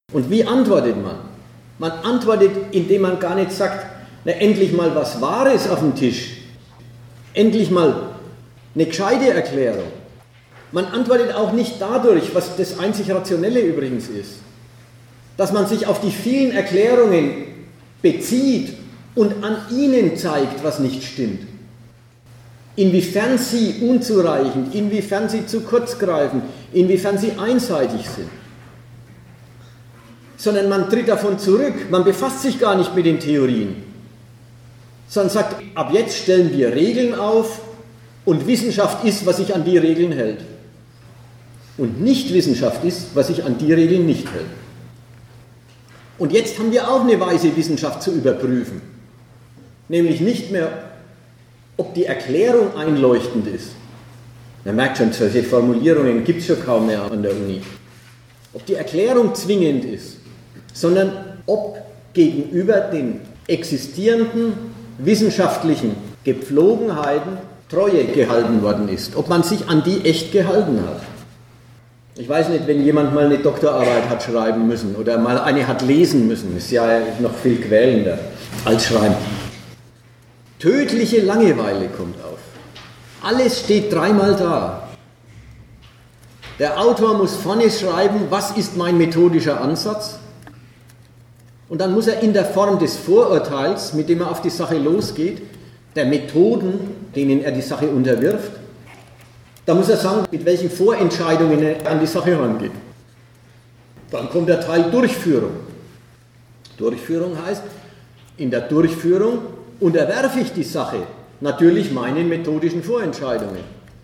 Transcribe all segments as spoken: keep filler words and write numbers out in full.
Und wie antwortet man? Man antwortet, indem man gar nicht sagt, na, endlich mal was Wahres auf dem Tisch. Endlich mal eine gescheite Erklärung. Man antwortet auch nicht dadurch, was das einzig Rationelle übrigens ist, dass man sich auf die vielen Erklärungen bezieht und an ihnen zeigt, was nicht stimmt. Inwiefern sie unzureichend, inwiefern sie zu kurz greifen, inwiefern sie einseitig sind. Sondern man tritt davon zurück, man befasst sich gar nicht mit den Theorien, sondern sagt, ab jetzt stellen wir Regeln auf und Wissenschaft ist, was sich an die Regeln hält. Und Nicht-Wissenschaft ist, was sich an die Regeln nicht hält. Und jetzt haben wir auch eine Weise, Wissenschaft zu überprüfen. Nämlich nicht mehr, ob die Erklärung einleuchtend ist. Man merkt schon, solche Formulierungen gibt es schon kaum mehr an der Uni. Ob die Erklärung zwingend ist, sondern ob gegenüber den existierenden wissenschaftlichen Gepflogenheiten Treue gehalten worden ist. Ob man sich an die echt gehalten hat. Ich weiß nicht, wenn jemand mal eine Doktorarbeit hat schreiben müssen oder mal eine hat lesen müssen, ist ja noch viel quälender als schreiben. Tödliche Langeweile kommt auf. Alles steht dreimal da. Der Autor muss vorne schreiben, was ist mein methodischer Ansatz? Und dann muss er in der Form des Vorurteils, mit dem er auf die Sache losgeht, der Methoden, denen er die Sache unterwirft, da muss er sagen, mit welchen Vorentscheidungen er an die Sache rangeht. Dann kommt der Teil Durchführung. Durchführung heißt, in der Durchführung unterwerfe ich die Sache natürlich meinen methodischen Vorentscheidungen.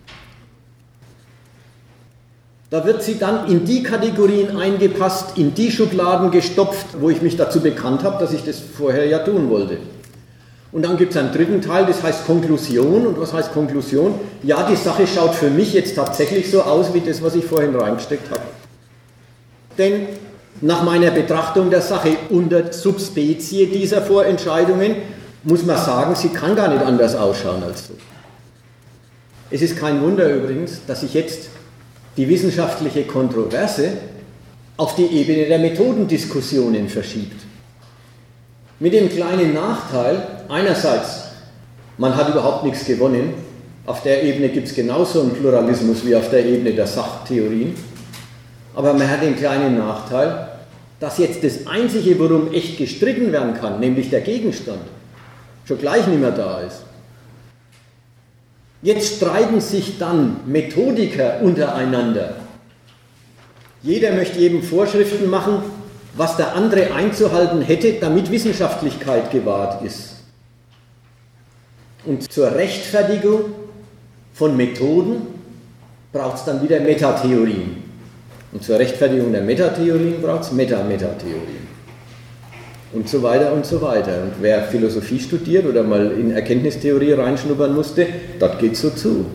Da wird sie dann in die Kategorien eingepasst, in die Schubladen gestopft, wo ich mich dazu bekannt habe, dass ich das vorher ja tun wollte. Und dann gibt es einen dritten Teil, das heißt Konklusion. Und was heißt Konklusion? Ja, die Sache schaut für mich jetzt tatsächlich so aus, wie das, was ich vorhin reingesteckt habe. Denn nach meiner Betrachtung der Sache unter Subspezie dieser Vorentscheidungen muss man sagen, sie kann gar nicht anders ausschauen als so. Es ist kein Wunder übrigens, dass sich jetzt die wissenschaftliche Kontroverse auf die Ebene der Methodendiskussionen verschiebt. Mit dem kleinen Nachteil, einerseits, man hat überhaupt nichts gewonnen, auf der Ebene gibt es genauso einen Pluralismus wie auf der Ebene der Sachtheorien, aber man hat den kleinen Nachteil, dass jetzt das Einzige, worum echt gestritten werden kann, nämlich der Gegenstand, schon gleich nicht mehr da ist. Jetzt streiten sich dann Methodiker untereinander. Jeder möchte jedem Vorschriften machen, was der andere einzuhalten hätte, damit Wissenschaftlichkeit gewahrt ist. Und zur Rechtfertigung von Methoden braucht es dann wieder Metatheorien. Und zur Rechtfertigung der Metatheorien braucht es Meta-Metatheorien. Und so weiter und so weiter. Und wer Philosophie studiert oder mal in Erkenntnistheorie reinschnuppern musste, das geht so zu.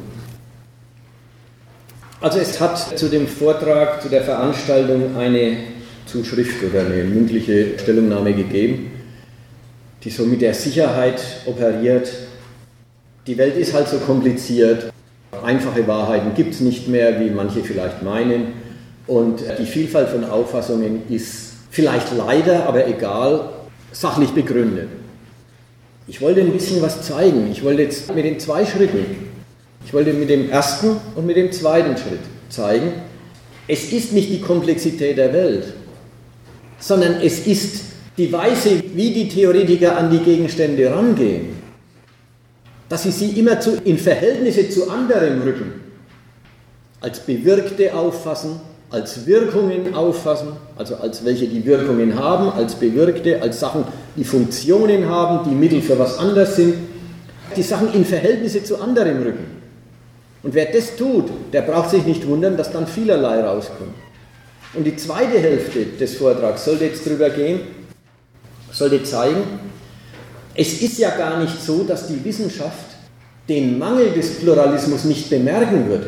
Also es hat zu dem Vortrag, zu der Veranstaltung eine Zuschrift oder eine mündliche Stellungnahme gegeben, die so mit der Sicherheit operiert. Die Welt ist halt so kompliziert, einfache Wahrheiten gibt es nicht mehr, wie manche vielleicht meinen, und die Vielfalt von Auffassungen ist vielleicht leider, aber egal, sachlich begründet. Ich wollte ein bisschen was zeigen. Ich wollte jetzt mit den zwei Schritten, ich wollte mit dem ersten und mit dem zweiten Schritt zeigen, es ist nicht die Komplexität der Welt, sondern es ist die Weise, wie die Theoretiker an die Gegenstände rangehen, dass sie sie immer zu, in Verhältnisse zu anderem rücken, als Bewirkte auffassen, als Wirkungen auffassen, also als welche die Wirkungen haben, als Bewirkte, als Sachen, die Funktionen haben, die Mittel für was anderes sind, die Sachen in Verhältnisse zu anderem rücken. Und wer das tut, der braucht sich nicht wundern, dass dann vielerlei rauskommt. Und die zweite Hälfte des Vortrags sollte jetzt drüber gehen, sollte zeigen, es ist ja gar nicht so, dass die Wissenschaft den Mangel des Pluralismus nicht bemerken würde.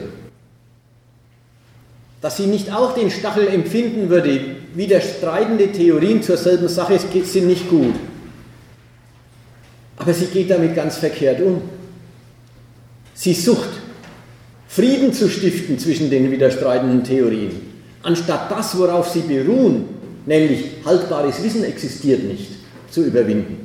Dass sie nicht auch den Stachel empfinden würde, widerstreitende Theorien zur selben Sache sind nicht gut. Aber sie geht damit ganz verkehrt um. Sie sucht, Frieden zu stiften zwischen den widerstreitenden Theorien, anstatt das, worauf sie beruhen, nämlich haltbares Wissen existiert nicht, zu überwinden.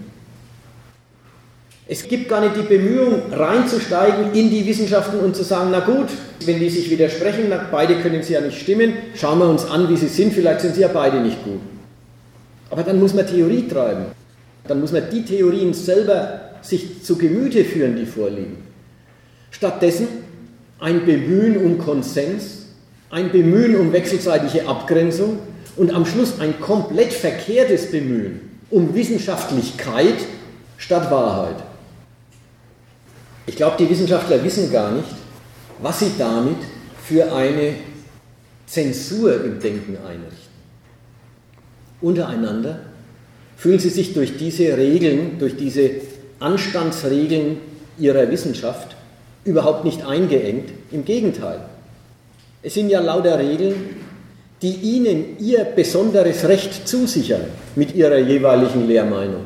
Es gibt gar nicht die Bemühung, reinzusteigen in die Wissenschaften und zu sagen, na gut, wenn die sich widersprechen, na, beide können sie ja nicht stimmen, schauen wir uns an, wie sie sind, vielleicht sind sie ja beide nicht gut. Aber dann muss man Theorie treiben. Dann muss man die Theorien selber sich zu Gemüte führen, die vorliegen. Stattdessen ein Bemühen um Konsens, ein Bemühen um wechselseitige Abgrenzung und am Schluss ein komplett verkehrtes Bemühen um Wissenschaftlichkeit statt Wahrheit. Ich glaube, die Wissenschaftler wissen gar nicht, was sie damit für eine Zensur im Denken einrichten. Untereinander fühlen sie sich durch diese Regeln, durch diese Anstandsregeln ihrer Wissenschaft überhaupt nicht eingeengt. Im Gegenteil. Es sind ja lauter Regeln, die ihnen ihr besonderes Recht zusichern mit ihrer jeweiligen Lehrmeinung.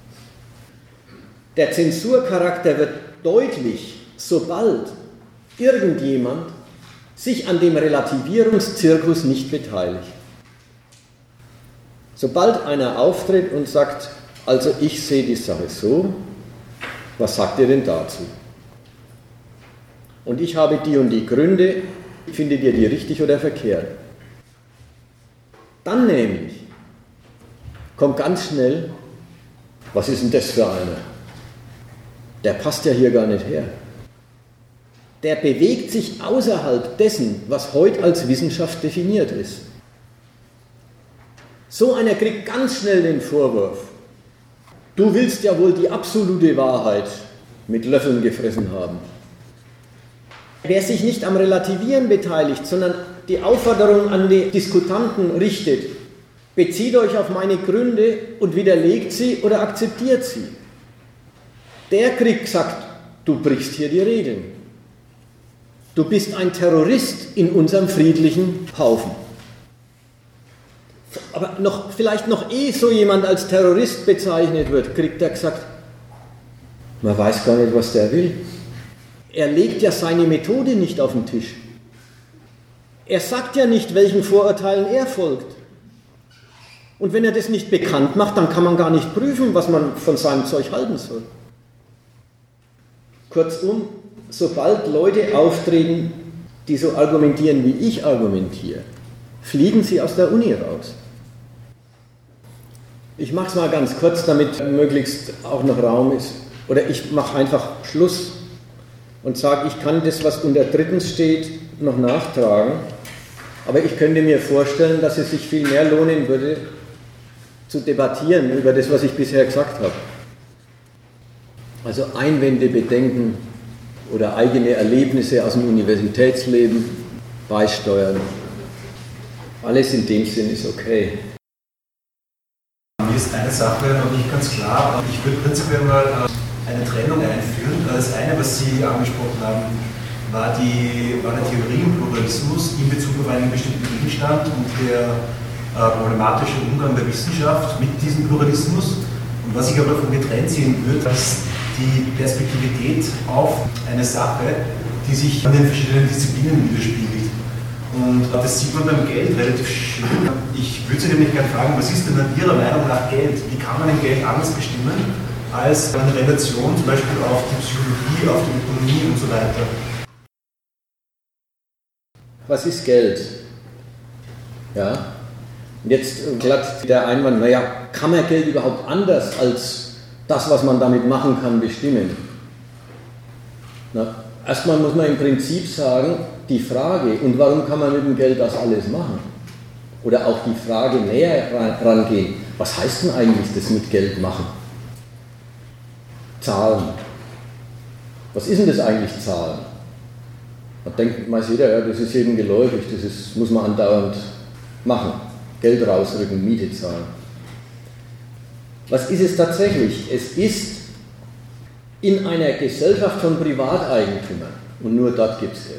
Der Zensurcharakter wird deutlich, sobald irgendjemand sich an dem Relativierungszirkus nicht beteiligt. Sobald einer auftritt und sagt, also ich sehe die Sache so, was sagt ihr denn dazu? Und ich habe die und die Gründe, findet ihr die richtig oder verkehrt? Dann nämlich kommt ganz schnell, was ist denn das für einer? Der passt ja hier gar nicht her. Der bewegt sich außerhalb dessen, was heute als Wissenschaft definiert ist. So einer kriegt ganz schnell den Vorwurf, du willst ja wohl die absolute Wahrheit mit Löffeln gefressen haben. Wer sich nicht am Relativieren beteiligt, sondern die Aufforderung an die Diskutanten richtet, bezieht euch auf meine Gründe und widerlegt sie oder akzeptiert sie. Der kriegt gesagt, du brichst hier die Regeln. Du bist ein Terrorist in unserem friedlichen Haufen. Aber noch, vielleicht noch ehe so jemand als Terrorist bezeichnet wird, kriegt er gesagt, man weiß gar nicht, was der will. Er legt ja seine Methode nicht auf den Tisch. Er sagt ja nicht, welchen Vorurteilen er folgt. Und wenn er das nicht bekannt macht, dann kann man gar nicht prüfen, was man von seinem Zeug halten soll. Kurzum, sobald Leute auftreten, die so argumentieren, wie ich argumentiere, fliegen sie aus der Uni raus. Ich mache es mal ganz kurz, damit möglichst auch noch Raum ist. Oder ich mache einfach Schluss und sage, ich kann das, was unter drittens steht, noch nachtragen. Aber ich könnte mir vorstellen, dass es sich viel mehr lohnen würde, zu debattieren über das, was ich bisher gesagt habe. Also Einwände, Bedenken oder eigene Erlebnisse aus dem Universitätsleben beisteuern. Alles in dem Sinn ist okay. Mir ist eine Sache noch nicht ganz klar. Ich würde prinzipiell mal eine Trennung einführen. Das eine, was Sie angesprochen haben, war, die, war der Theorie- und Pluralismus in Bezug auf einen bestimmten Gegenstand und der äh, problematische Umgang der Wissenschaft mit diesem Pluralismus. Und was ich aber davon getrennt sehen würde, ist die Perspektivität auf eine Sache, die sich an den verschiedenen Disziplinen widerspiegelt. Und das sieht man beim Geld relativ schön. Ich würde Sie nämlich gerne fragen, was ist denn nach Ihrer Meinung nach Geld? Wie kann man ein Geld anders bestimmen als eine Relation zum Beispiel auf die Psychologie, auf die Ökonomie und so weiter? Was ist Geld? Ja, und jetzt glatt der Einwand, naja, kann man Geld überhaupt anders als das, was man damit machen kann, bestimmen? Na, erstmal muss man im Prinzip sagen, die Frage, und warum kann man mit dem Geld das alles machen? Oder auch die Frage näher rangehen, was heißt denn eigentlich das mit Geld machen? Zahlen. Was ist denn das eigentlich Zahlen? Da denkt meist jeder, ja, das ist jedem geläufig, das ist, muss man andauernd machen. Geld rausrücken, Miete zahlen. Was ist es tatsächlich? Es ist in einer Gesellschaft von Privateigentümern, und nur dort gibt es Geld,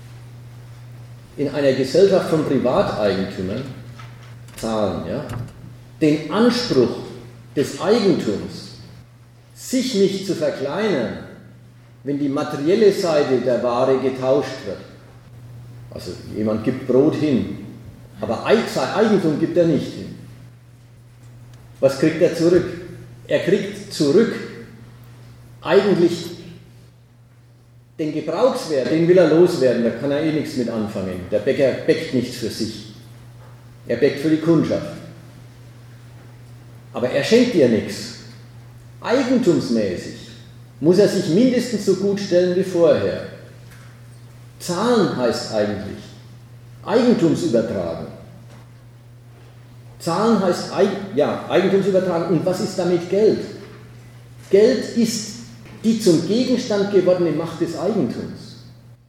in einer Gesellschaft von Privateigentümern, Zahlen, ja, den Anspruch des Eigentums, sich nicht zu verkleinern, wenn die materielle Seite der Ware getauscht wird. Also jemand gibt Brot hin, aber sein Eigentum gibt er nicht hin. Was kriegt er zurück? Er kriegt zurück eigentlich den Gebrauchswert, den will er loswerden, da kann er eh nichts mit anfangen. Der Bäcker bäckt nichts für sich. Er bäckt für die Kundschaft. Aber er schenkt dir nichts. Eigentumsmäßig muss er sich mindestens so gut stellen wie vorher. Zahlen heißt eigentlich Eigentumsübertragung. Zahlen heißt ja, Eigentumsübertragung. Und was ist damit Geld? Geld ist die zum Gegenstand gewordene Macht des Eigentums.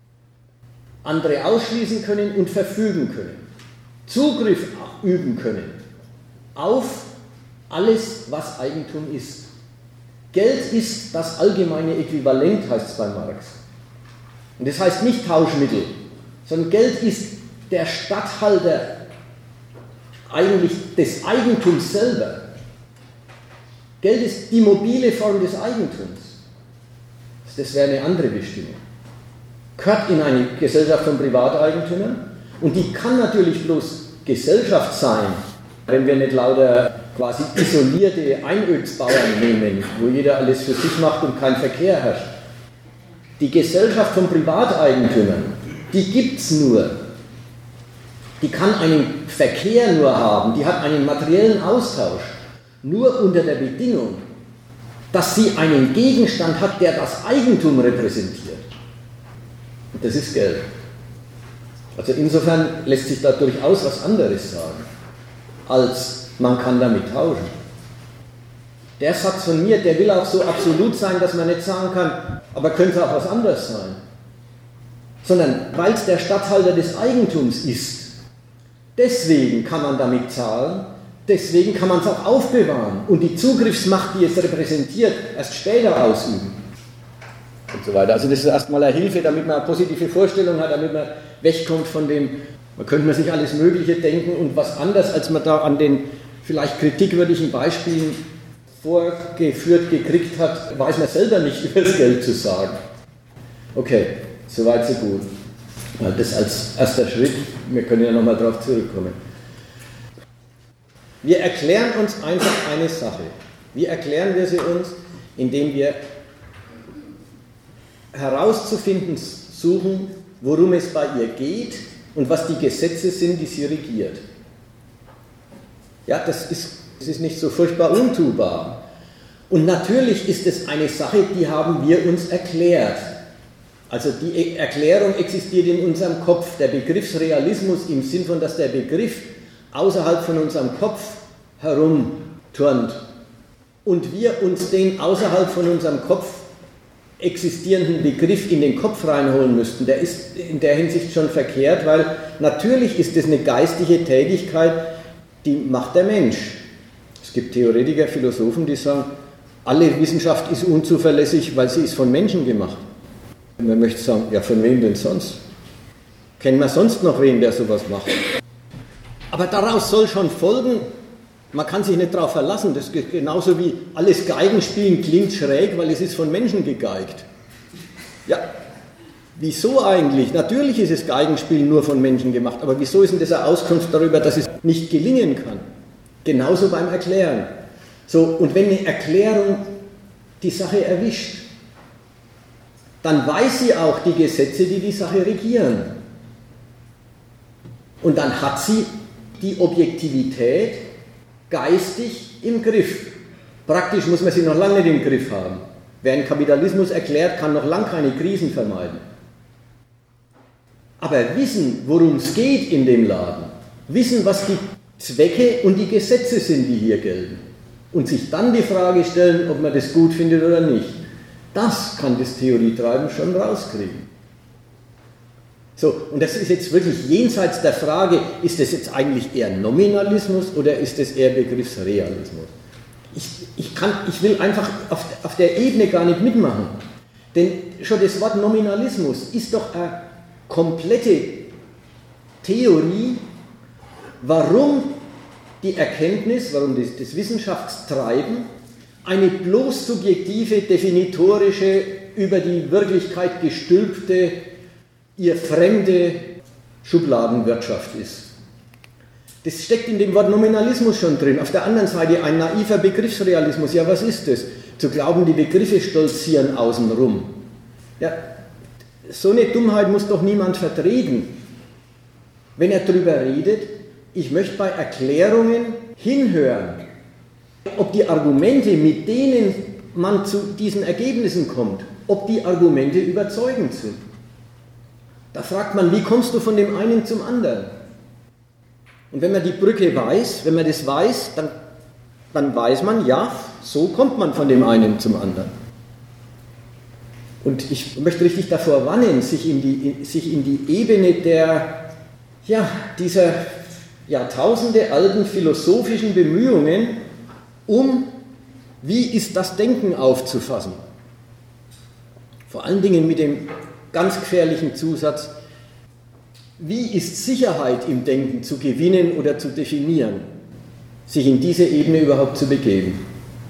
Andere ausschließen können und verfügen können. Zugriff üben können auf alles, was Eigentum ist. Geld ist das allgemeine Äquivalent, heißt es bei Marx. Und das heißt nicht Tauschmittel, sondern Geld ist der Statthalter eigentlich des Eigentums selber. Geld ist die mobile Form des Eigentums. Das wäre eine andere Bestimmung. Gehört in eine Gesellschaft von Privateigentümern und die kann natürlich bloß Gesellschaft sein, wenn wir nicht lauter quasi isolierte Einödsbauern nehmen, wo jeder alles für sich macht und kein Verkehr herrscht. Die Gesellschaft von Privateigentümern, die gibt es nur. Die kann einen Verkehr nur haben, die hat einen materiellen Austausch, nur unter der Bedingung, dass sie einen Gegenstand hat, der das Eigentum repräsentiert. Und das ist Geld. Also insofern lässt sich da durchaus was anderes sagen, als man kann damit tauschen. Der Satz von mir, der will auch so absolut sein, dass man nicht sagen kann, aber könnte auch was anderes sein. Sondern weil es der Statthalter des Eigentums ist, deswegen kann man damit zahlen, deswegen kann man es auch aufbewahren und die Zugriffsmacht, die es repräsentiert, erst später ausüben. Und so weiter. Also das ist erstmal eine Hilfe, damit man eine positive Vorstellung hat, damit man wegkommt von dem, man könnte man sich alles Mögliche denken und was anders, als man da an den vielleicht kritikwürdigen Beispielen vorgeführt gekriegt hat, weiß man selber nicht über das Geld zu sagen. Okay, soweit so gut. Das als erster Schritt, wir können ja nochmal darauf zurückkommen. Wir erklären uns einfach eine Sache. Wie erklären wir sie uns? Indem wir herauszufinden suchen, worum es bei ihr geht und was die Gesetze sind, die sie regiert. Ja, das ist, das ist nicht so furchtbar untubar. Und natürlich ist es eine Sache, die haben wir uns erklärt. Also die Erklärung existiert in unserem Kopf. Der Begriffsrealismus im Sinn von, dass der Begriff außerhalb von unserem Kopf herumturnt und wir uns den außerhalb von unserem Kopf existierenden Begriff in den Kopf reinholen müssten, der ist in der Hinsicht schon verkehrt, weil natürlich ist es eine geistige Tätigkeit, die macht der Mensch. Es gibt Theoretiker, Philosophen, die sagen, alle Wissenschaft ist unzuverlässig, weil sie ist von Menschen gemacht. Und man möchte sagen, ja, von wem denn sonst? Kennen wir sonst noch wen, der sowas macht? Aber daraus soll schon folgen, man kann sich nicht darauf verlassen, das ist genauso wie alles Geigenspielen klingt schräg, weil es ist von Menschen gegeigt. Ja, wieso eigentlich? Natürlich ist es Geigenspielen nur von Menschen gemacht, aber wieso ist denn das eine Auskunft darüber, dass es nicht gelingen kann? Genauso beim Erklären. So, und wenn eine Erklärung die Sache erwischt, dann weiß sie auch die Gesetze, die die Sache regieren. Und dann hat sie die Objektivität geistig im Griff. Praktisch muss man sie noch lange nicht im Griff haben. Wer einen Kapitalismus erklärt, kann noch lange keine Krisen vermeiden. Aber wissen, worum es geht in dem Laden, wissen, was die Zwecke und die Gesetze sind, die hier gelten, und sich dann die Frage stellen, ob man das gut findet oder nicht, das kann das Theorietreiben schon rauskriegen. So, und das ist jetzt wirklich jenseits der Frage, ist das jetzt eigentlich eher Nominalismus oder ist das eher Begriffsrealismus? Ich, ich, kann, ich will einfach auf, auf der Ebene gar nicht mitmachen. Denn schon das Wort Nominalismus ist doch eine komplette Theorie, warum die Erkenntnis, warum das, das Wissenschaftstreiben eine bloß subjektive, definitorische, über die Wirklichkeit gestülpte, ihr fremde Schubladenwirtschaft ist. Das steckt in dem Wort Nominalismus schon drin. Auf der anderen Seite ein naiver Begriffsrealismus. Ja, was ist das? Zu glauben, die Begriffe stolzieren außenrum. Ja, so eine Dummheit muss doch niemand vertreten, wenn er darüber redet, ich möchte bei Erklärungen hinhören, ob die Argumente, mit denen man zu diesen Ergebnissen kommt, ob die Argumente überzeugend sind. Da fragt man, wie kommst du von dem einen zum anderen? Und wenn man die Brücke weiß, wenn man das weiß, dann, dann weiß man, ja, so kommt man von dem einen zum anderen. Und ich möchte richtig davor warnen, sich in die, sich in die Ebene der, ja, dieser Jahrtausende alten philosophischen Bemühungen um, wie ist das Denken aufzufassen. Vor allen Dingen mit dem ganz gefährlichen Zusatz, wie ist Sicherheit im Denken zu gewinnen oder zu definieren, sich in diese Ebene überhaupt zu begeben.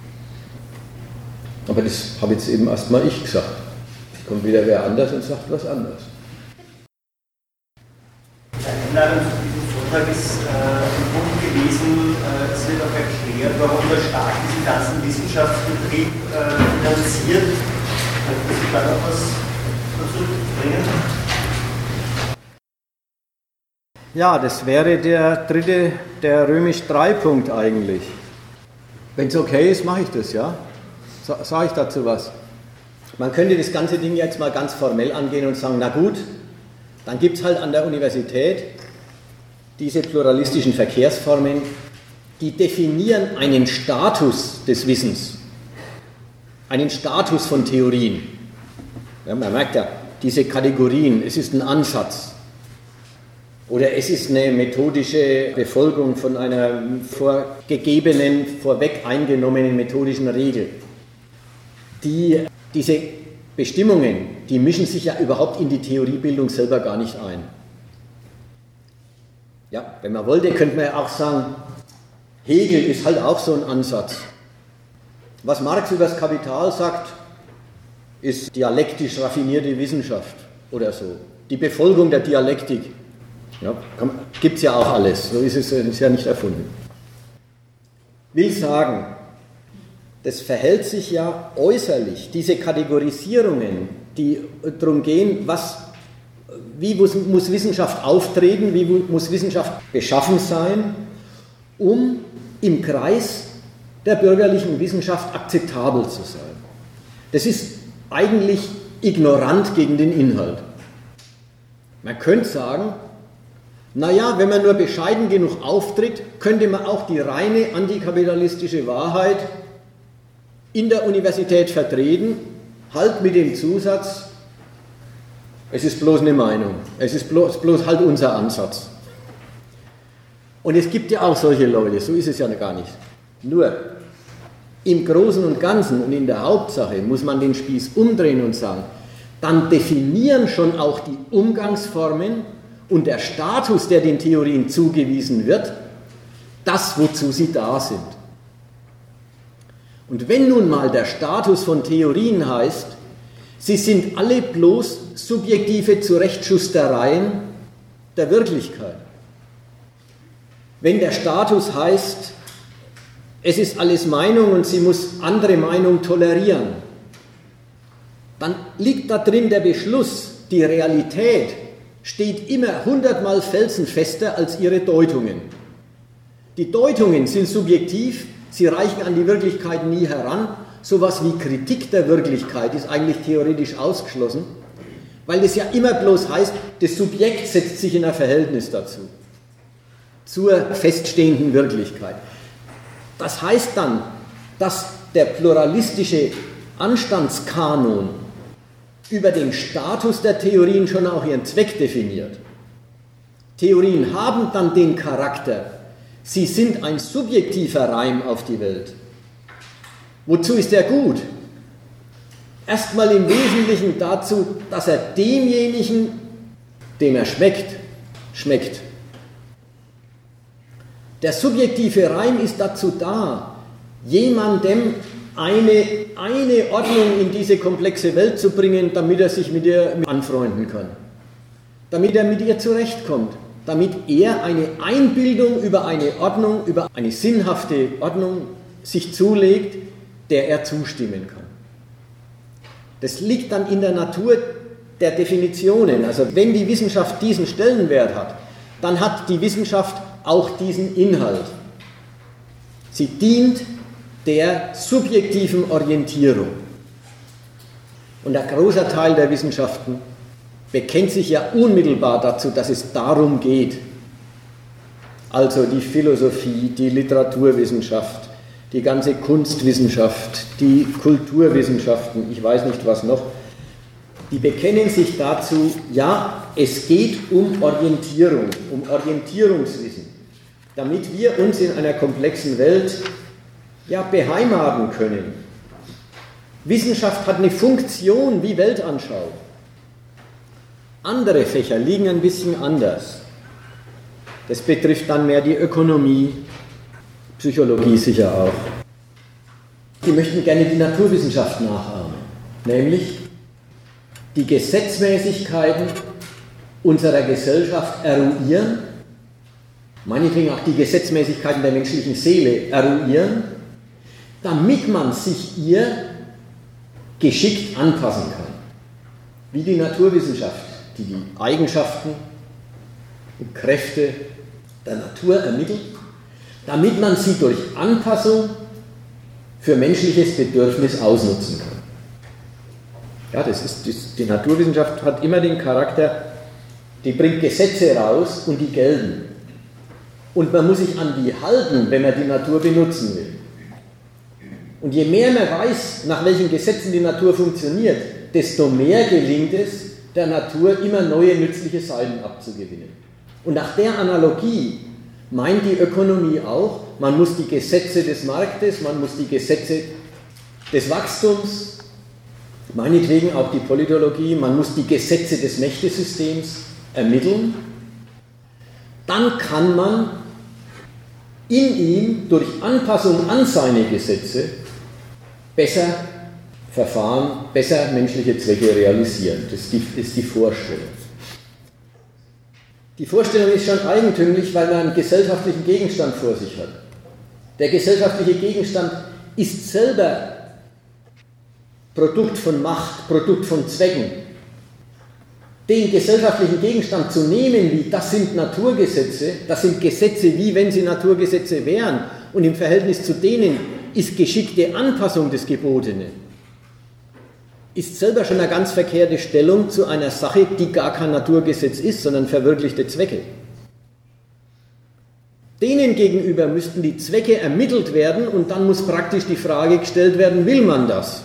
Aber das habe jetzt eben erstmal ich gesagt. Es kommt wieder wer anders und sagt was anderes. Die Einladung zu diesem Vortrag ist äh, ein Punkt gewesen, äh, es wird auch erklärt, warum der Staat diesen ganzen Wissenschaftsbetrieb äh, finanziert. Könnten Sie da noch was dazu bringen? Ja, das wäre der dritte, der römisch drei Punkt eigentlich. Wenn es okay ist, mache ich das, ja? Sage ich dazu was? Man könnte das ganze Ding jetzt mal ganz formell angehen und sagen, na gut, dann gibt es halt an der Universität diese pluralistischen Verkehrsformen, die definieren einen Status des Wissens, einen Status von Theorien. Ja, man merkt ja, diese Kategorien, es ist ein Ansatz. Oder es ist eine methodische Befolgung von einer vorgegebenen, vorweg eingenommenen methodischen Regel. Die, diese Bestimmungen, die mischen sich ja überhaupt in die Theoriebildung selber gar nicht ein. Ja, wenn man wollte, könnte man ja auch sagen, Hegel ist halt auch so ein Ansatz. Was Marx über das Kapital sagt, ist dialektisch raffinierte Wissenschaft oder so. Die Befolgung der Dialektik. Ja, gibt es ja auch alles, so ist es ist ja nicht erfunden. Will sagen, das verhält sich ja äußerlich, diese Kategorisierungen, die darum gehen, was, wie muss, muss Wissenschaft auftreten, wie muss Wissenschaft beschaffen sein, um im Kreis der bürgerlichen Wissenschaft akzeptabel zu sein. Das ist eigentlich ignorant gegen den Inhalt. Man könnte sagen, naja, wenn man nur bescheiden genug auftritt, könnte man auch die reine antikapitalistische Wahrheit in der Universität vertreten, halt mit dem Zusatz, es ist bloß eine Meinung, es ist bloß, bloß halt unser Ansatz. Und es gibt ja auch solche Leute, so ist es ja gar nicht. Nur im Großen und Ganzen und in der Hauptsache muss man den Spieß umdrehen und sagen, dann definieren schon auch die Umgangsformen und der Status, der den Theorien zugewiesen wird, das, wozu sie da sind. Und wenn nun mal der Status von Theorien heißt, sie sind alle bloß subjektive Zurechtschustereien der Wirklichkeit. Wenn der Status heißt, es ist alles Meinung und sie muss andere Meinung tolerieren, dann liegt da drin der Beschluss, die Realität steht immer hundertmal felsenfester als ihre Deutungen. Die Deutungen sind subjektiv, sie reichen an die Wirklichkeit nie heran. Sowas wie Kritik der Wirklichkeit ist eigentlich theoretisch ausgeschlossen, weil das ja immer bloß heißt, das Subjekt setzt sich in ein Verhältnis dazu, zur feststehenden Wirklichkeit. Das heißt dann, dass der pluralistische Anstandskanon über den Status der Theorien schon auch ihren Zweck definiert. Theorien haben dann den Charakter, sie sind ein subjektiver Reim auf die Welt. Wozu ist er gut? Erstmal im Wesentlichen dazu, dass er demjenigen, dem er schmeckt, schmeckt. Der subjektive Reim ist dazu da, jemandem eine, eine Ordnung in diese komplexe Welt zu bringen, damit er sich mit ihr anfreunden kann. Damit er mit ihr zurechtkommt. damit er eine Einbildung über eine Ordnung, über eine sinnhafte Ordnung sich zulegt, der er zustimmen kann. Das liegt dann in der Natur der Definitionen. Also wenn die Wissenschaft diesen Stellenwert hat, dann hat die Wissenschaft auch diesen Inhalt. Sie dient der subjektiven Orientierung. Und ein großer Teil der Wissenschaften bekennt sich ja unmittelbar dazu, dass es darum geht. Also die Philosophie, die Literaturwissenschaft, die ganze Kunstwissenschaft, die Kulturwissenschaften, ich weiß nicht was noch, die bekennen sich dazu, ja, es geht um Orientierung, um Orientierungswissen, damit wir uns in einer komplexen Welt ja, beheimaten können. Wissenschaft hat eine Funktion wie Weltanschauung. Andere Fächer liegen ein bisschen anders. Das betrifft dann mehr die Ökonomie, Psychologie sicher auch. Die möchten gerne die Naturwissenschaft nachahmen, nämlich die Gesetzmäßigkeiten unserer Gesellschaft eruieren, meinetwegen auch die Gesetzmäßigkeiten der menschlichen Seele eruieren, damit man sich ihr geschickt anpassen kann. Wie die Naturwissenschaft, die die Eigenschaften und Kräfte der Natur ermittelt, damit man sie durch Anpassung für menschliches Bedürfnis ausnutzen kann. Ja, das ist, das, die Naturwissenschaft hat immer den Charakter, die bringt Gesetze raus und die gelten. Und man muss sich an die halten, wenn man die Natur benutzen will. Und je mehr man weiß, nach welchen Gesetzen die Natur funktioniert, desto mehr gelingt es, der Natur immer neue nützliche Seiten abzugewinnen. Und nach der Analogie meint die Ökonomie auch, man muss die Gesetze des Marktes, man muss die Gesetze des Wachstums, meinetwegen auch die Politologie, man muss die Gesetze des Mächtesystems ermitteln. Dann kann man in ihm durch Anpassung an seine Gesetze besser verfahren, besser menschliche Zwecke realisieren. Das ist die, ist die Vorstellung. Die Vorstellung ist schon eigentümlich, weil man einen gesellschaftlichen Gegenstand vor sich hat. Der gesellschaftliche Gegenstand ist selber Produkt von Macht, Produkt von Zwecken. Den gesellschaftlichen Gegenstand zu nehmen, wie das sind Naturgesetze, das sind Gesetze, wie wenn sie Naturgesetze wären, und im Verhältnis zu denen ist geschickte Anpassung des Gebotenen, ist selber schon eine ganz verkehrte Stellung zu einer Sache, die gar kein Naturgesetz ist, sondern verwirklichte Zwecke. Denen gegenüber müssten die Zwecke ermittelt werden und dann muss praktisch die Frage gestellt werden, will man das?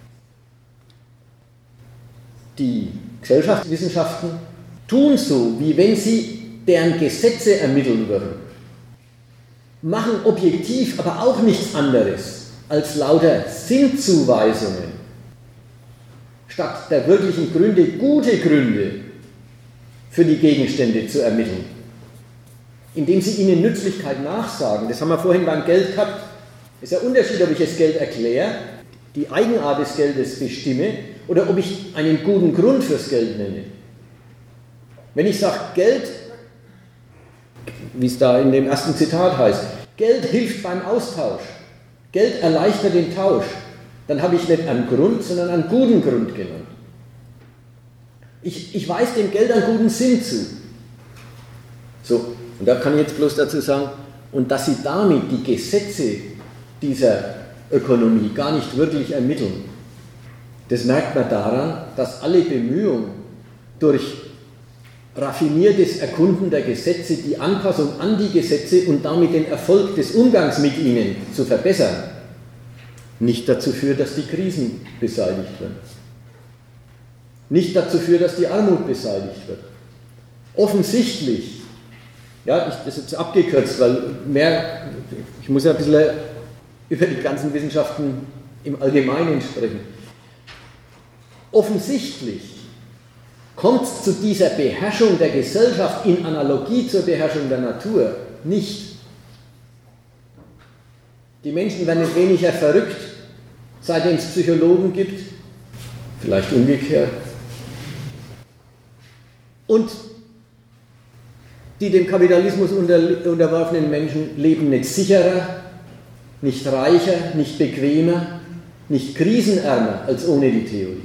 Die Gesellschaftswissenschaften tun so, wie wenn sie deren Gesetze ermitteln würden, machen objektiv aber auch nichts anderes als lauter Sinnzuweisungen, statt der wirklichen Gründe gute Gründe für die Gegenstände zu ermitteln, indem sie ihnen Nützlichkeit nachsagen. Das haben wir vorhin beim Geld gehabt. Es ist ein Unterschied, ob ich das Geld erkläre, die Eigenart des Geldes bestimme, oder ob ich einen guten Grund fürs Geld nenne. Wenn ich sage, Geld, wie es da in dem ersten Zitat heißt, Geld hilft beim Austausch, Geld erleichtert den Tausch, dann habe ich nicht einen Grund, sondern einen guten Grund genannt. Ich, ich weise dem Geld einen guten Sinn zu. So, und da kann ich jetzt bloß dazu sagen, und dass sie damit die Gesetze dieser Ökonomie gar nicht wirklich ermitteln, das merkt man daran, dass alle Bemühungen durch raffiniertes Erkunden der Gesetze, die Anpassung an die Gesetze und damit den Erfolg des Umgangs mit ihnen zu verbessern, nicht dazu führt, dass die Krisen beseitigt werden. Nicht dazu führt, dass die Armut beseitigt wird. Offensichtlich, ja, ich, das ist jetzt abgekürzt, weil mehr, ich muss ja ein bisschen über die ganzen Wissenschaften im Allgemeinen sprechen. Offensichtlich kommt es zu dieser Beherrschung der Gesellschaft in Analogie zur Beherrschung der Natur nicht. Die Menschen werden nicht weniger verrückt, seitdem es Psychologen gibt, vielleicht umgekehrt. Und die dem Kapitalismus unter, unterworfenen Menschen leben nicht sicherer, nicht reicher, nicht bequemer, nicht krisenärmer als ohne die Theorie.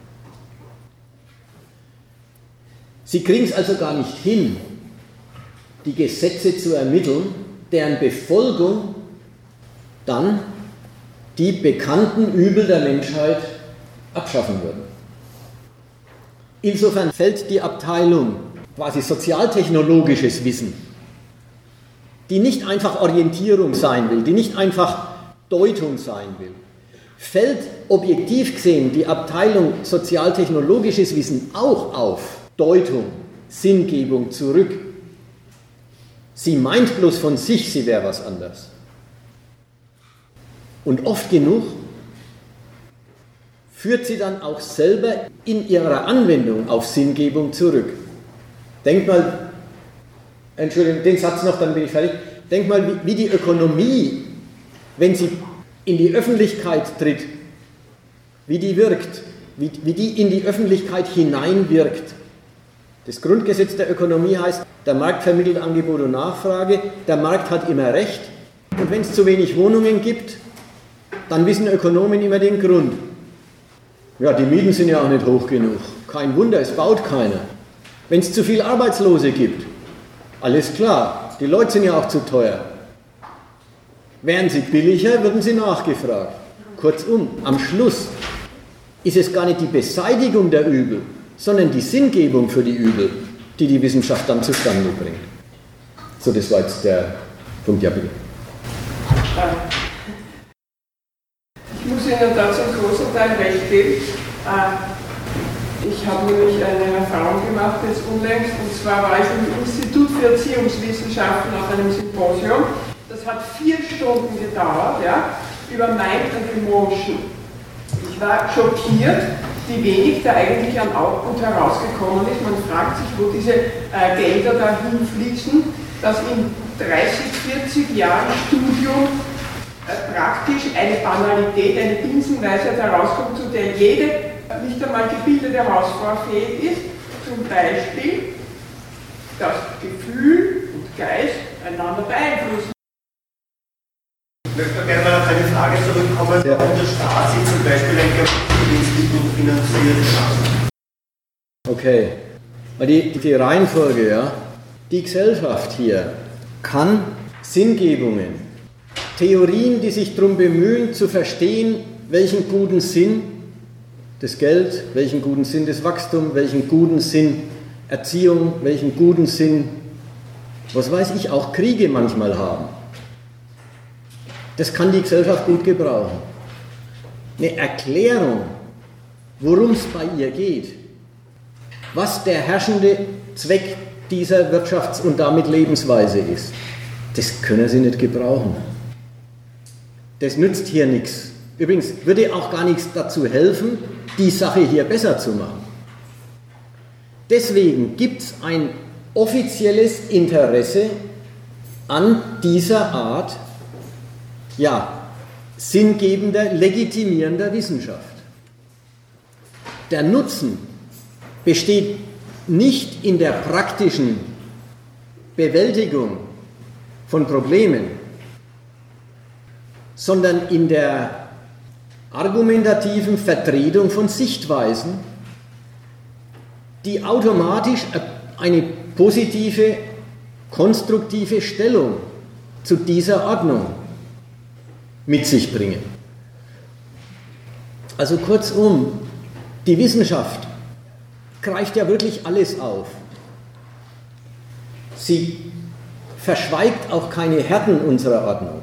Sie kriegen es also gar nicht hin, die Gesetze zu ermitteln, deren Befolgung dann die bekannten Übel der Menschheit abschaffen würden. Insofern fällt die Abteilung quasi sozialtechnologisches Wissen, die nicht einfach Orientierung sein will, die nicht einfach Deutung sein will, fällt objektiv gesehen die Abteilung sozialtechnologisches Wissen auch auf Deutung, Sinngebung zurück. Sie meint bloß von sich, sie wäre was anderes. Und oft genug führt sie dann auch selber in ihrer Anwendung auf Sinngebung zurück. Denk mal, Entschuldigung, den Satz noch, dann bin ich fertig. Denk mal, wie, wie die Ökonomie, wenn sie in die Öffentlichkeit tritt, wie die wirkt, wie, wie die in die Öffentlichkeit hineinwirkt. Das Grundgesetz der Ökonomie heißt, der Markt vermittelt Angebot und Nachfrage, der Markt hat immer Recht und wenn es zu wenig Wohnungen gibt, dann wissen Ökonomen immer den Grund. Ja, die Mieten sind ja auch nicht hoch genug. Kein Wunder, es baut keiner. Wenn es zu viel Arbeitslose gibt, alles klar, die Leute sind ja auch zu teuer. Wären sie billiger, würden sie nachgefragt. Kurzum, am Schluss ist es gar nicht die Beseitigung der Übel, sondern die Sinngebung für die Übel, die die Wissenschaft dann zustande bringt. So, das war jetzt der Punkt. Ja, bitte. Ich muss Ihnen dazu einen großen Teil recht geben. Ich habe nämlich eine Erfahrung gemacht jetzt unlängst, und zwar war ich im Institut für Erziehungswissenschaften auf einem Symposium. Das hat vier Stunden gedauert, ja, über Mind and Emotion. Ich war schockiert, wie wenig da eigentlich an Output herausgekommen ist. Man fragt sich, wo diese äh, Gelder dahin fließen, dass in dreißig, vierzig Jahren Studium äh, praktisch eine Banalität, eine Binsenweisheit herauskommt, zu der jede nicht einmal gebildete Hausfrau fähig ist. Zum Beispiel, dass Gefühl und Geist einander beeinflussen. Ich möchte gerne mal auf eine Frage zurückkommen, ja. Warum der Staat sich zum Beispiel ein Institut finanziert. Okay, die, die Reihenfolge, ja, die Gesellschaft hier kann Sinngebungen, Theorien, die sich darum bemühen, zu verstehen, welchen guten Sinn das Geld, welchen guten Sinn das Wachstum, welchen guten Sinn Erziehung, welchen guten Sinn, was weiß ich, auch Kriege manchmal haben. Das kann die Gesellschaft gut gebrauchen. Eine Erklärung, worum es bei ihr geht, was der herrschende Zweck dieser Wirtschafts- und damit Lebensweise ist, das können sie nicht gebrauchen. Das nützt hier nichts. Übrigens würde auch gar nichts dazu helfen, die Sache hier besser zu machen. Deswegen gibt es ein offizielles Interesse an dieser Art, ja, sinngebender, legitimierender Wissenschaft. Der Nutzen besteht nicht in der praktischen Bewältigung von Problemen, sondern in der argumentativen Vertretung von Sichtweisen, die automatisch eine positive, konstruktive Stellung zu dieser Ordnung mit sich bringen. Also kurzum, die Wissenschaft greift ja wirklich alles auf. Sie verschweigt auch keine Härten unserer Ordnung.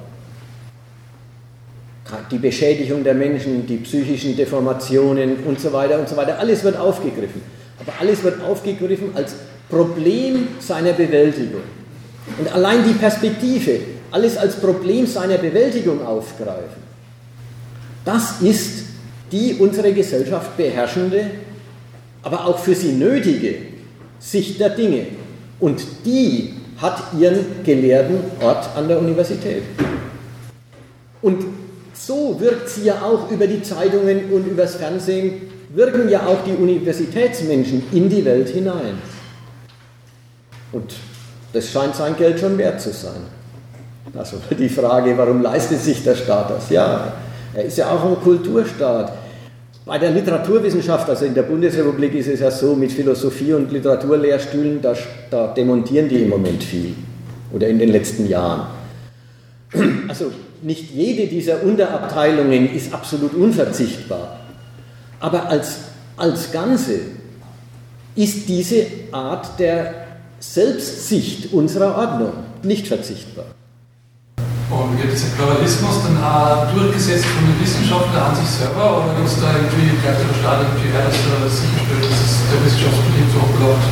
Die Beschädigung der Menschen, die psychischen Deformationen und so weiter und so weiter, alles wird aufgegriffen. Aber alles wird aufgegriffen als Problem seiner Bewältigung. Und allein die Perspektive, alles als Problem seiner Bewältigung aufgreifen, das ist die unsere Gesellschaft beherrschende, aber auch für sie nötige Sicht der Dinge. Und die hat ihren gelehrten Ort an der Universität. Und so wirkt sie ja auch über die Zeitungen und übers Fernsehen, wirken ja auch die Universitätsmenschen in die Welt hinein. Und Das scheint sein Geld schon wert zu sein. Also die Frage, warum leistet sich der Staat das? Ja, er ist ja auch ein Kulturstaat. Bei der Literaturwissenschaft, also in der Bundesrepublik ist es ja so, mit Philosophie- und Literaturlehrstühlen, da, da demontieren die im Moment viel. Oder in den letzten Jahren. Also nicht jede dieser Unterabteilungen ist absolut unverzichtbar. Aber als, als Ganze ist diese Art der Selbstsicht unserer Ordnung nicht verzichtbar. Und wird dieser Pluralismus dann auch durchgesetzt von den Wissenschaftlern an sich selber, oder ist da irgendwie, bleibt der Staat irgendwie her, dass er sicherstellt, dass es der Wissenschaftsbetrieb so abläuft?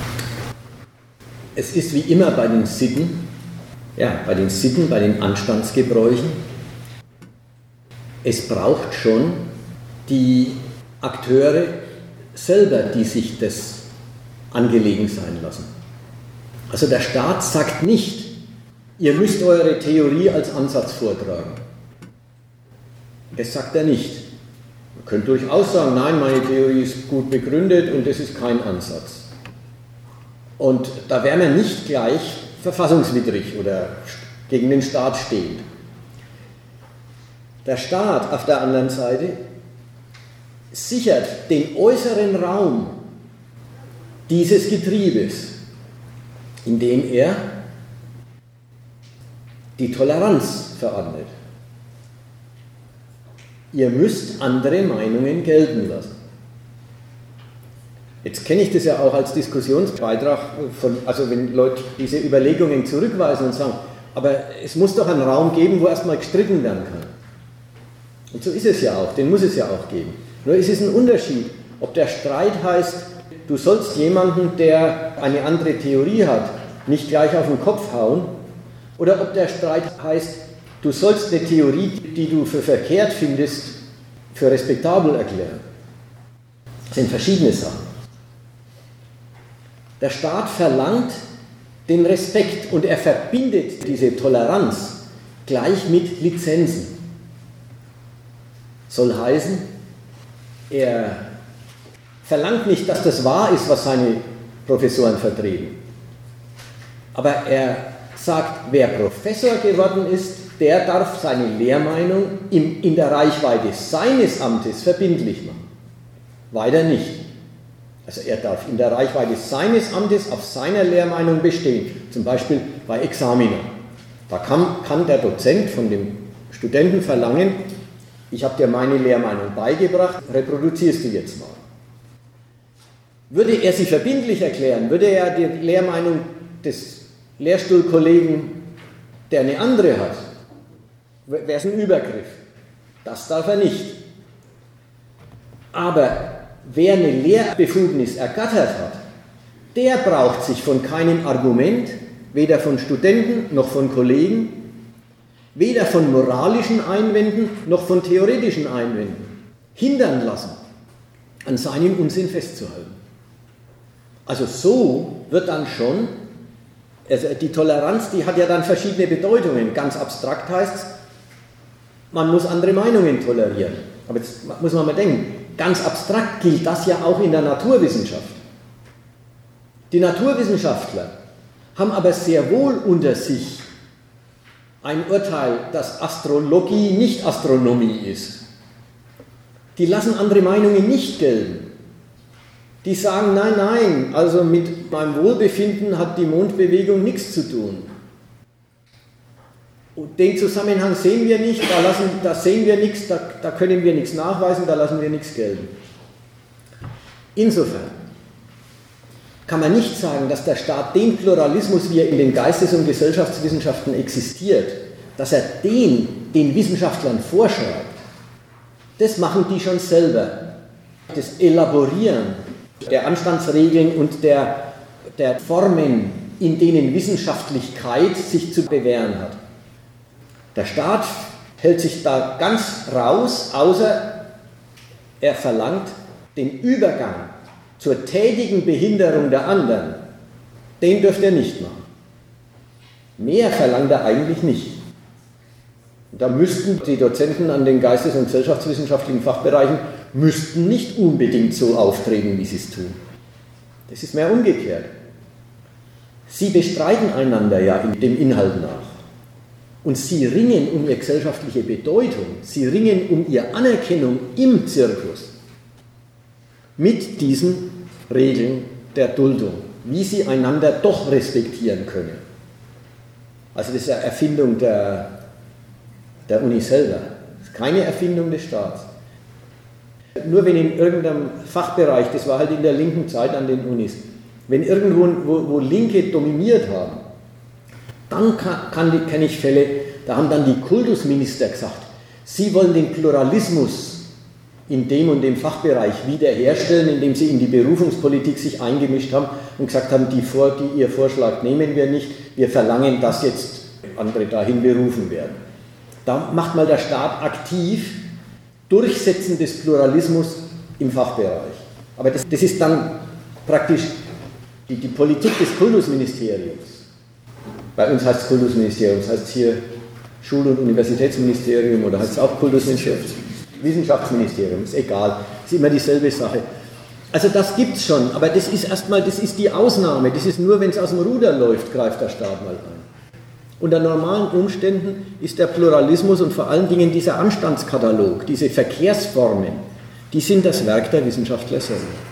Es ist wie immer bei den Sitten, ja, bei den Sitten, bei den Anstandsgebräuchen, es braucht schon die Akteure selber, die sich das angelegen sein lassen. Also der Staat sagt nicht, ihr müsst eure Theorie als Ansatz vortragen. Das sagt er nicht. Man könnte durchaus sagen, nein, meine Theorie ist gut begründet und das ist kein Ansatz. Und da wäre man nicht gleich verfassungswidrig oder gegen den Staat stehend. Der Staat auf der anderen Seite sichert den äußeren Raum dieses Getriebes, indem er die Toleranz verordnet. Ihr müsst andere Meinungen gelten lassen. Jetzt kenne ich das ja auch als Diskussionsbeitrag, von, also wenn Leute diese Überlegungen zurückweisen und sagen, aber es muss doch einen Raum geben, wo erstmal gestritten werden kann. Und so ist es ja auch, den muss es ja auch geben. Nur ist es ein Unterschied, ob der Streit heißt, du sollst jemanden, der eine andere Theorie hat, nicht gleich auf den Kopf hauen, oder ob der Streit heißt, du sollst eine Theorie, die du für verkehrt findest, für respektabel erklären. Das sind verschiedene Sachen. Der Staat verlangt den Respekt und er verbindet diese Toleranz gleich mit Lizenzen. Soll heißen, er verlangt nicht, dass das wahr ist, was seine Professoren vertreten. Aber er sagt, wer Professor geworden ist, der darf seine Lehrmeinung in, in der Reichweite seines Amtes verbindlich machen. Weiter nicht. Also er darf in der Reichweite seines Amtes auf seiner Lehrmeinung bestehen, zum Beispiel bei Examina. Da kann, kann der Dozent von dem Studenten verlangen, ich habe dir meine Lehrmeinung beigebracht, reproduzierst du jetzt mal. Würde er sie verbindlich erklären, würde er die Lehrmeinung des Lehrstuhlkollegen, der eine andere hat, wäre es ein Übergriff. Das darf er nicht. Aber wer eine Lehrbefugnis ergattert hat, der braucht sich von keinem Argument, weder von Studenten noch von Kollegen, weder von moralischen Einwänden noch von theoretischen Einwänden hindern lassen, an seinem Unsinn festzuhalten. Also so wird dann schon, also die Toleranz, die hat ja dann verschiedene Bedeutungen. Ganz abstrakt heißt es, man muss andere Meinungen tolerieren. Aber jetzt muss man mal denken, ganz abstrakt gilt das ja auch in der Naturwissenschaft. Die Naturwissenschaftler haben aber sehr wohl unter sich ein Urteil, dass Astrologie nicht Astronomie ist. Die lassen andere Meinungen nicht gelten. Die sagen, nein, nein, also mit meinem Wohlbefinden hat die Mondbewegung nichts zu tun. Und den Zusammenhang sehen wir nicht, da, lassen, da sehen wir nichts, da, da können wir nichts nachweisen, da lassen wir nichts gelten. Insofern kann man nicht sagen, dass der Staat den Pluralismus, wie er in den Geistes- und Gesellschaftswissenschaften existiert, dass er den den Wissenschaftlern vorschreibt. Das machen die schon selber. Das Elaborieren der Anstandsregeln und der, der Formen, in denen Wissenschaftlichkeit sich zu bewähren hat. Der Staat hält sich da ganz raus, außer er verlangt den Übergang zur tätigen Behinderung der anderen. Den dürfte er nicht machen. Mehr verlangt er eigentlich nicht. Da müssten die Dozenten an den geistes- und gesellschaftswissenschaftlichen Fachbereichen müssten nicht unbedingt so auftreten, wie sie es tun. Das ist mehr umgekehrt. Sie bestreiten einander ja in dem Inhalt nach. Und sie ringen um ihre gesellschaftliche Bedeutung, sie ringen um ihre Anerkennung im Zirkus mit diesen Regeln der Duldung, wie sie einander doch respektieren können. Also das ist eine Erfindung der, der Uni selber, das ist keine Erfindung des Staats. Nur wenn in irgendeinem Fachbereich, das war halt in der linken Zeit an den Unis, wenn irgendwo wo, wo Linke dominiert haben, dann kann, kenne ich Fälle, da haben dann die Kultusminister gesagt, sie wollen den Pluralismus in dem und dem Fachbereich wiederherstellen, indem sie in die Berufungspolitik sich eingemischt haben und gesagt haben, die, vor, die ihr Vorschlag nehmen wir nicht, wir verlangen, dass jetzt andere dahin berufen werden. Da macht mal der Staat aktiv Durchsetzen des Pluralismus im Fachbereich. Aber das, das ist dann praktisch die, die Politik des Kultusministeriums. Bei uns heißt es Kultusministerium, das heißt hier Schul- und Universitätsministerium oder heißt es auch Kultusministerium? Wissenschaftsministerium, ist egal, ist immer dieselbe Sache. Also das gibt es schon, aber das ist erstmal, das ist die Ausnahme, das ist nur, wenn es aus dem Ruder läuft, greift der Staat mal ein. Unter normalen Umständen ist der Pluralismus und vor allen Dingen dieser Anstandskatalog, diese Verkehrsformen, die sind das Werk der Wissenschaftler selber.